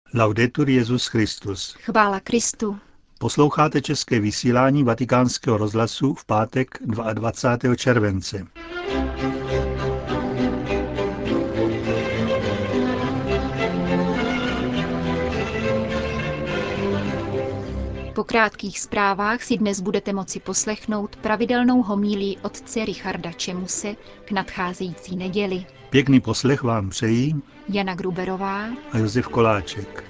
Laudetur Jesus Christus. Chvála Kristu. Posloucháte české vysílání Vatikánského rozhlasu v pátek 22. července. Po krátkých zprávách si dnes budete moci poslechnout pravidelnou homílii otce Richarda Čemuse k nadcházející neděli. Pěkný poslech vám přejí Jana Gruberová a Josef Koláček.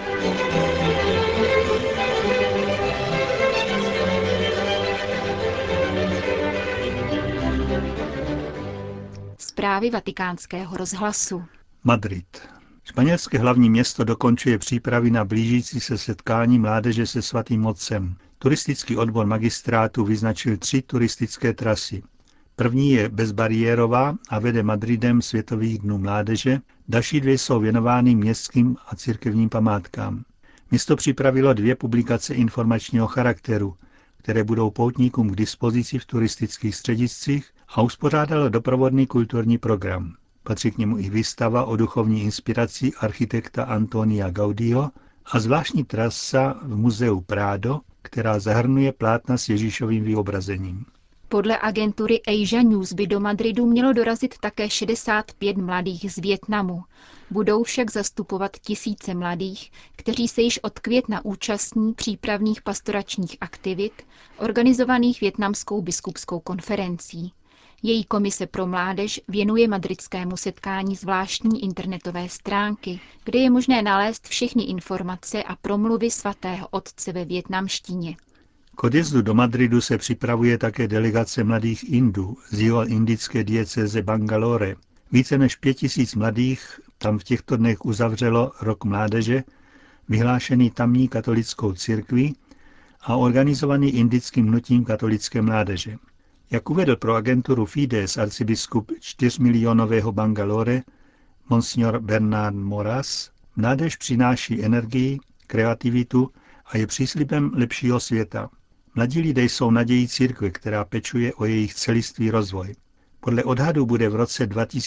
Zprávy Vatikánského rozhlasu. Madrid. Španělské hlavní město dokončuje přípravy na blížící se setkání mládeže se Svatým Otcem. Turistický odbor magistrátu vyznačil 3 turistické trasy. První je bezbariérová a vede Madridem Světových dnů mládeže, další 2 jsou věnovány městským a církevním památkám. Město připravilo 2 publikace informačního charakteru, které budou poutníkům k dispozici v turistických střediscích, a uspořádalo doprovodný kulturní program. Patří k němu i výstava o duchovní inspiraci architekta Antonia Gaudiho a zvláštní trasa v muzeu Prado, která zahrnuje plátna s Ježíšovým vyobrazením. Podle agentury Asia News by do Madridu mělo dorazit také 65 mladých z Vietnamu. Budou však zastupovat tisíce mladých, kteří se již od května účastní přípravných pastoračních aktivit, organizovaných Vietnamskou biskupskou konferencí. Její komise pro mládež věnuje madridskému setkání zvláštní internetové stránky, kde je možné nalézt všechny informace a promluvy svatého otce ve vietnamštině. K odjezdu do Madridu se připravuje také delegace mladých Indů z jihoindické diecéze Bangalore. Více než 5000 mladých tam v těchto dnech uzavřelo rok mládeže, vyhlášený tamní katolickou církví a organizovaný indickým hnutím katolické mládeže. Jak uvedl pro agenturu Fides arcibiskup 4milionového Bangalore, monsignor Bernard Moras, mládež přináší energii, kreativitu a je příslibem lepšího světa. Mladí lidé jsou nadějí církve, která pečuje o jejich celistvý rozvoj. Podle odhadu bude v roce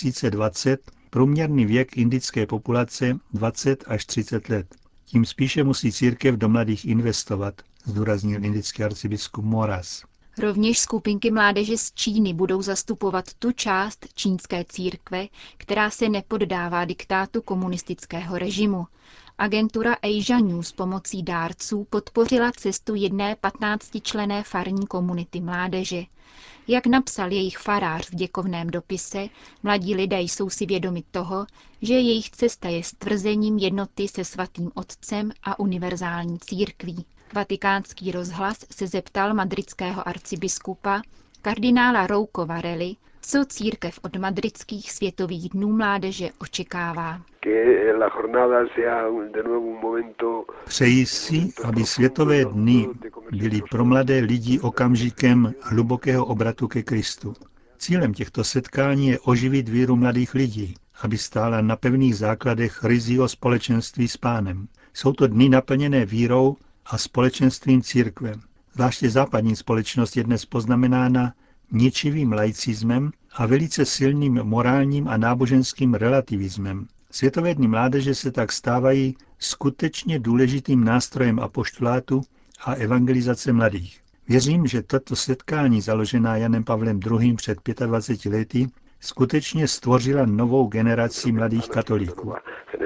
2020 průměrný věk indické populace 20 až 30 let. Tím spíše musí církev do mladých investovat, zdůraznil indický arcibiskup Moras. Rovněž skupinky mládeže z Číny budou zastupovat tu část čínské církve, která se nepoddává diktátu komunistického režimu. Agentura Asia News pomocí dárců podpořila cestu jedné 15členné farní komunity mládeže. Jak napsal jejich farář v děkovném dopise, mladí lidé jsou si vědomi toho, že jejich cesta je stvrzením jednoty se Svatým Otcem a univerzální církví. Vatikánský rozhlas se zeptal madridského arcibiskupa kardinála Rouco Varelli, co církev od madridských světových dnů mládeže očekává. Přeji si, aby světové dny byly pro mladé lidi okamžikem hlubokého obratu ke Kristu. Cílem těchto setkání je oživit víru mladých lidí, aby stála na pevných základech ryzího společenství s Pánem. Jsou to dny naplněné vírou a společenstvím církve. Zvláště západní společnost je dnes poznamenána ničivým laicismem a velice silným morálním a náboženským relativismem. Světové dny mládeže se tak stávají skutečně důležitým nástrojem apoštolátu a evangelizace mladých. Věřím, že tato setkání založená Janem Pavlem II. Před 25 lety skutečně stvořila novou generaci mladých katolíků.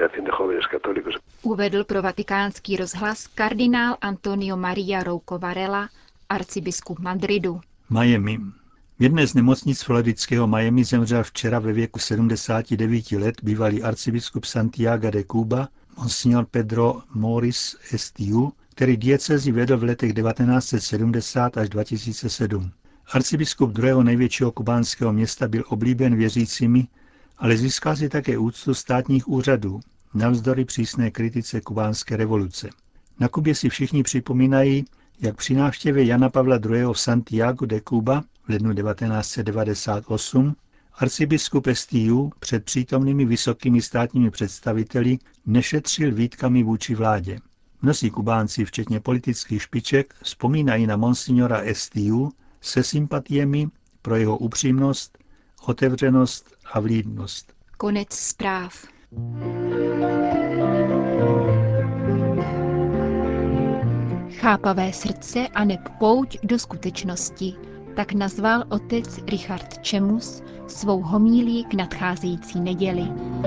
Uvedl pro Vatikánský rozhlas kardinál Antonio Maria Rouco Varela, arcibiskup Madridu. Miami. V jedné z nemocnic floridského Miami zemřel včera ve věku 79 let bývalý arcibiskup Santiago de Cuba, monsignor Pedro Morris Estiu, který diecézi vedl v letech 1970 až 2007. Arcibiskup druhého největšího kubánského města byl oblíben věřícími, ale získal si také úctu státních úřadů, navzdory přísné kritice kubánské revoluce. Na Kubě si všichni připomínají, jak při návštěvě Jana Pavla II. V Santiago de Cuba v lednu 1998 arcibiskup Estiu před přítomnými vysokými státními představiteli nešetřil výtkami vůči vládě. Mnozí Kubánci, včetně politických špiček, vzpomínají na monsignora Estiu se sympatiemi pro jeho upřímnost, otevřenost a vlídnost. Konec zpráv. Chápavé srdce aneb pouť do skutečnosti. Tak nazval otec Richard Čemus svou homílii k nadcházející neděli.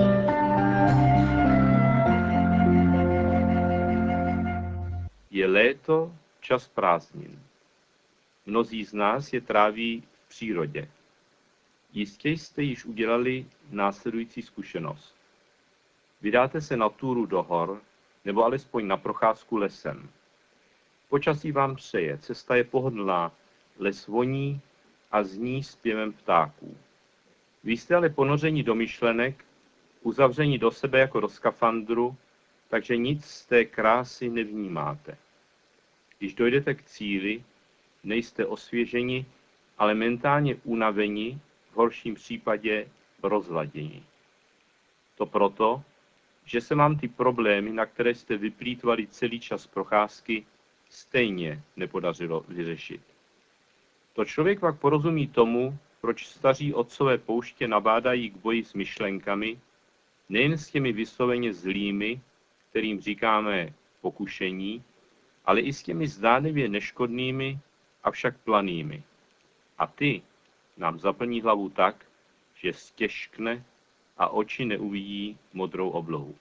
Je léto, čas prázdnin. Mnozí z nás je tráví v přírodě. Jistě jste již udělali následující zkušenost. Vydáte se na túru do hor, nebo alespoň na procházku lesem. Počasí vám přeje, cesta je pohodlná, les voní a zní zpěvem ptáků. Vy jste ale ponořeni do myšlenek, uzavřeni do sebe jako do skafandru, takže nic z té krásy nevnímáte. Když dojdete k cíli, nejste osvěženi, ale mentálně unaveni, v horším případě rozladěni. To proto, že se vám ty problémy, na které jste vyplýtvali celý čas procházky, stejně nepodařilo vyřešit. To člověk pak porozumí tomu, proč staří otcové pouště nabádají k boji s myšlenkami, nejen s těmi vysloveně zlými, kterým říkáme pokušení, ale i s těmi zdánlivě neškodnými, avšak planými. A ty nám zaplní hlavu tak, že stěžkne a oči neuvidí modrou oblohu.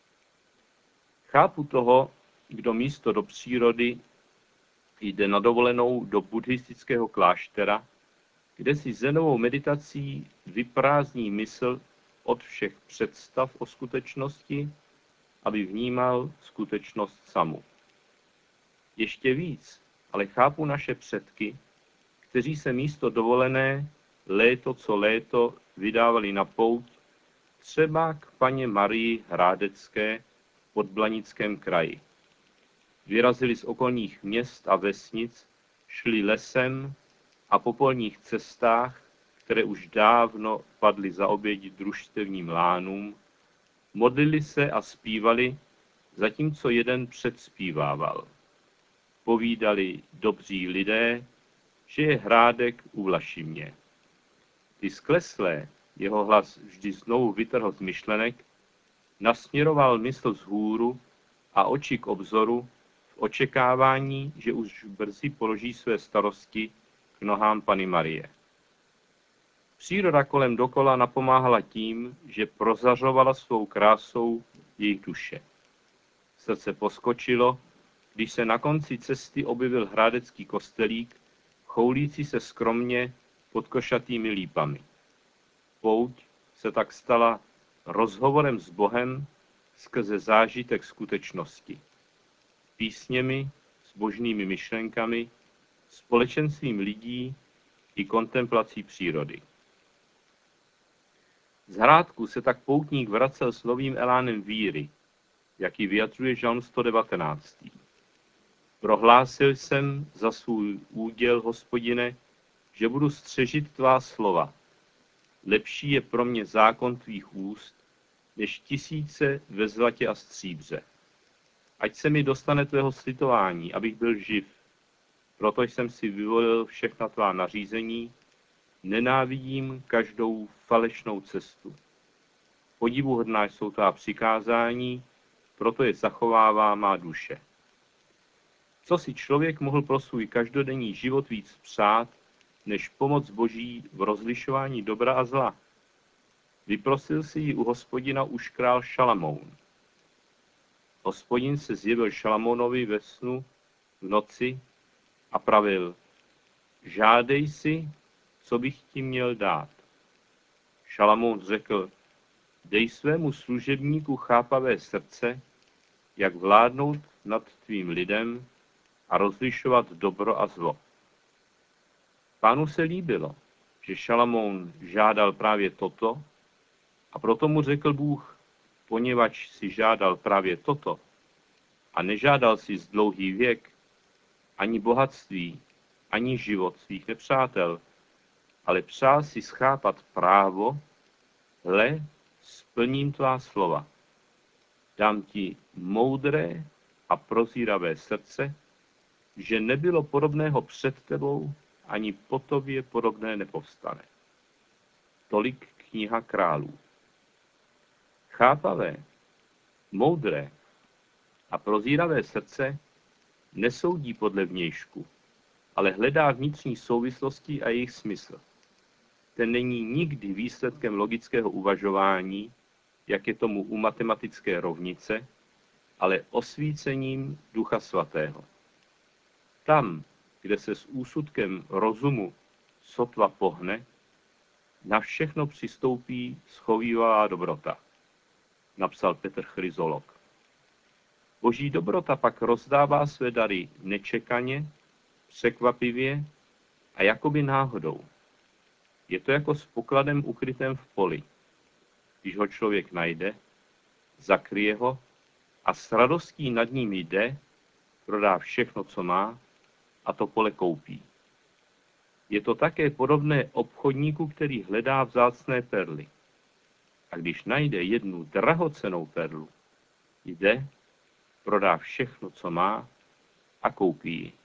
Chápu toho, kdo místo do přírody jde na dovolenou do buddhistického kláštera, kde si zenovou meditací vyprázdní mysl od všech představ o skutečnosti, aby vnímal skutečnost samu. Ještě víc, ale chápu naše předky, kteří se místo dovolené léto co léto vydávali na pouť, třeba k paně Marii Hrádecké v Podblanickém kraji. Vyrazili z okolních měst a vesnic, šli lesem a po polních cestách, které už dávno padly za oběť družstevním lánům, modlili se a zpívali, zatímco jeden předspívával. Povídali dobří lidé, že je Hrádek u Vlašimě. Ty skleslé, jeho hlas vždy znovu vytrhl z myšlenek, nasměroval mysl vzhůru a oči k obzoru v očekávání, že už brzy položí své starosti k nohám Panny Marie. Příroda kolem dokola napomáhala tím, že prozařovala svou krásou jejich duše. Srdce poskočilo, když se na konci cesty objevil hrádecký kostelík, choulící se skromně pod košatými lípami. Pouť se tak stala rozhovorem s Bohem skrze zážitek skutečnosti. Písněmi, zbožnými myšlenkami, společenstvím lidí i kontemplací přírody. Z Hrádku se tak poutník vracel s novým elánem víry, jaký vyjadřuje žalm 119. Prohlásil jsem za svůj úděl, Hospodine, že budu střežit tvá slova. Lepší je pro mě zákon tvých úst, než tisíce ve zlatě a stříbře. Ať se mi dostane tvého slitování, abych byl živ. Proto jsem si vyvolil všechna tvá nařízení, nenávidím každou falešnou cestu. Podivuhodná jsou tvá přikázání, proto je zachovává má duše. Co si člověk mohl pro svůj každodenní život víc přát, než pomoc Boží v rozlišování dobra a zla? Vyprosil si ji u Hospodina už král Šalamoun. Hospodin se zjevil Šalamounovi ve snu v noci a pravil: žádej si, co bych ti měl dát. Šalamoun řekl: dej svému služebníku chápavé srdce, jak vládnout nad tvým lidem a rozlišovat dobro a zlo. Pánu se líbilo, že Šalamoun žádal právě toto, a proto mu řekl Bůh: poněvadž si žádal právě toto a nežádal si z dlouhý věk, ani bohatství, ani život svých nepřátel, ale přál si schápat právo, hle, splním tvá slova. Dám ti moudré a prozíravé srdce, že nebylo podobného před tebou, ani po tobě podobné nepovstane. Tolik kniha Králů. Chápavé, moudré a prozíravé srdce nesoudí podle vnějšku, ale hledá vnitřní souvislosti a jejich smysl. Ten není nikdy výsledkem logického uvažování, jak je tomu u matematické rovnice, ale osvícením Ducha Svatého. Tam, kde se s úsudkem rozumu sotva pohne, na všechno přistoupí schovívavá dobrota, napsal Petr Chryzolog. Boží dobrota pak rozdává své dary nečekaně, překvapivě a jakoby náhodou. Je to jako s pokladem ukrytém v poli. Když ho člověk najde, zakryje ho a s radostí nad ním jde, prodá všechno, co má, a to pole koupí. Je to také podobné obchodníku, který hledá vzácné perly. A když najde jednu drahocennou perlu, jde, prodá všechno, co má, a koupí ji.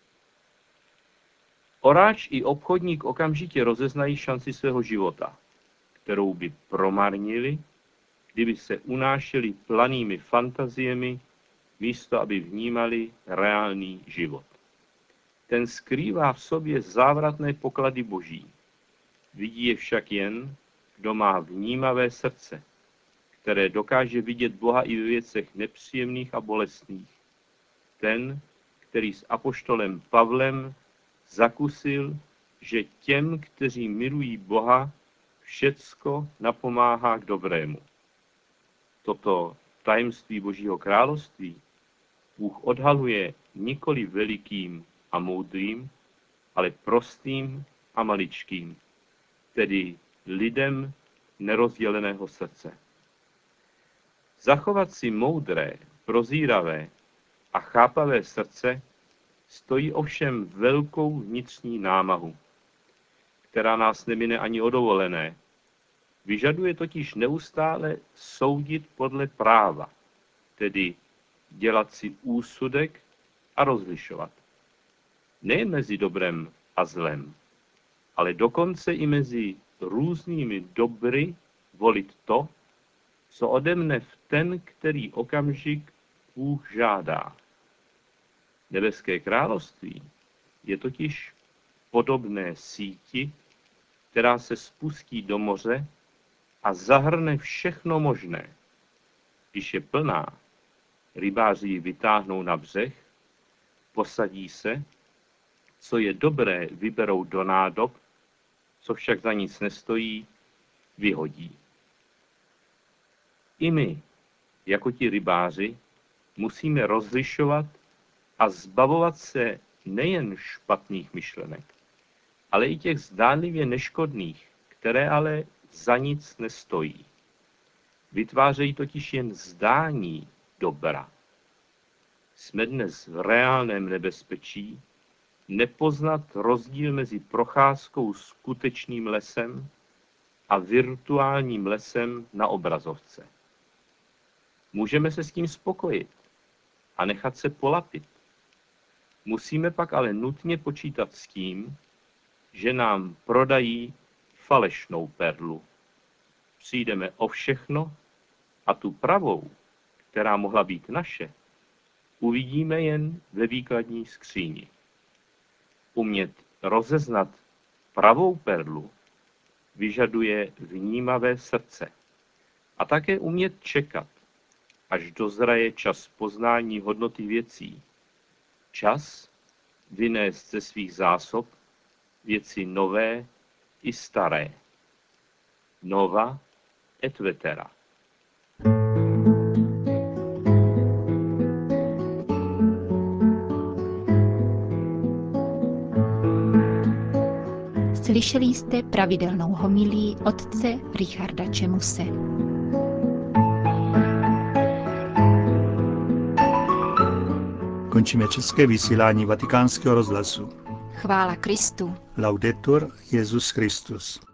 Oráč i obchodník okamžitě rozeznají šanci svého života, kterou by promarnili, kdyby se unášeli planými fantaziemi, místo aby vnímali reálný život. Ten skrývá v sobě závratné poklady Boží. Vidí je však jen, kdo má vnímavé srdce, které dokáže vidět Boha i ve věcech nepříjemných a bolestných. Ten, který s apoštolem Pavlem zakusil, že těm, kteří milují Boha, všecko napomáhá k dobrému. Toto tajemství Božího království Bůh odhaluje nikoli velikým a moudrým, ale prostým a maličkým, tedy lidem nerozděleného srdce. Zachovat si moudré, prozíravé a chápavé srdce stojí ovšem velkou vnitřní námahu, která nás nemine ani o dovolené. Vyžaduje totiž neustále soudit podle práva, tedy dělat si úsudek a rozlišovat. Nejen mezi dobrem a zlem, ale dokonce i mezi různými dobry volit to, co ode mne v ten, který okamžik Bůh žádá. Nebeské království je totiž podobné síti, která se spustí do moře a zahrne všechno možné. Když je plná, rybáři ji vytáhnou na břeh, posadí se, co je dobré, vyberou do nádob, co však za nic nestojí, vyhodí. I my, jako ti rybáři, musíme rozlišovat a zbavovat se nejen špatných myšlenek, ale i těch zdánlivě neškodných, které ale za nic nestojí. Vytvářejí totiž jen zdání dobra. Jsme dnes v reálném nebezpečí nepoznat rozdíl mezi procházkou skutečným lesem a virtuálním lesem na obrazovce. Můžeme se s tím spokojit a nechat se polapit. Musíme pak ale nutně počítat s tím, že nám prodají falešnou perlu. Přijdeme o všechno a tu pravou, která mohla být naše, uvidíme jen ve výkladní skříni. Umět rozeznat pravou perlu vyžaduje vnímavé srdce a také umět čekat, až dozraje čas poznání hodnoty věcí. Čas vynést ze svých zásob věci nové i staré. Nova et vetera. Slyšeli jste pravidelnou homilii otce Richarda Čemuse. Končíme české vysílání Vatikánského rozhlasu. Chvála Kristu. Laudetur Jesus Christus.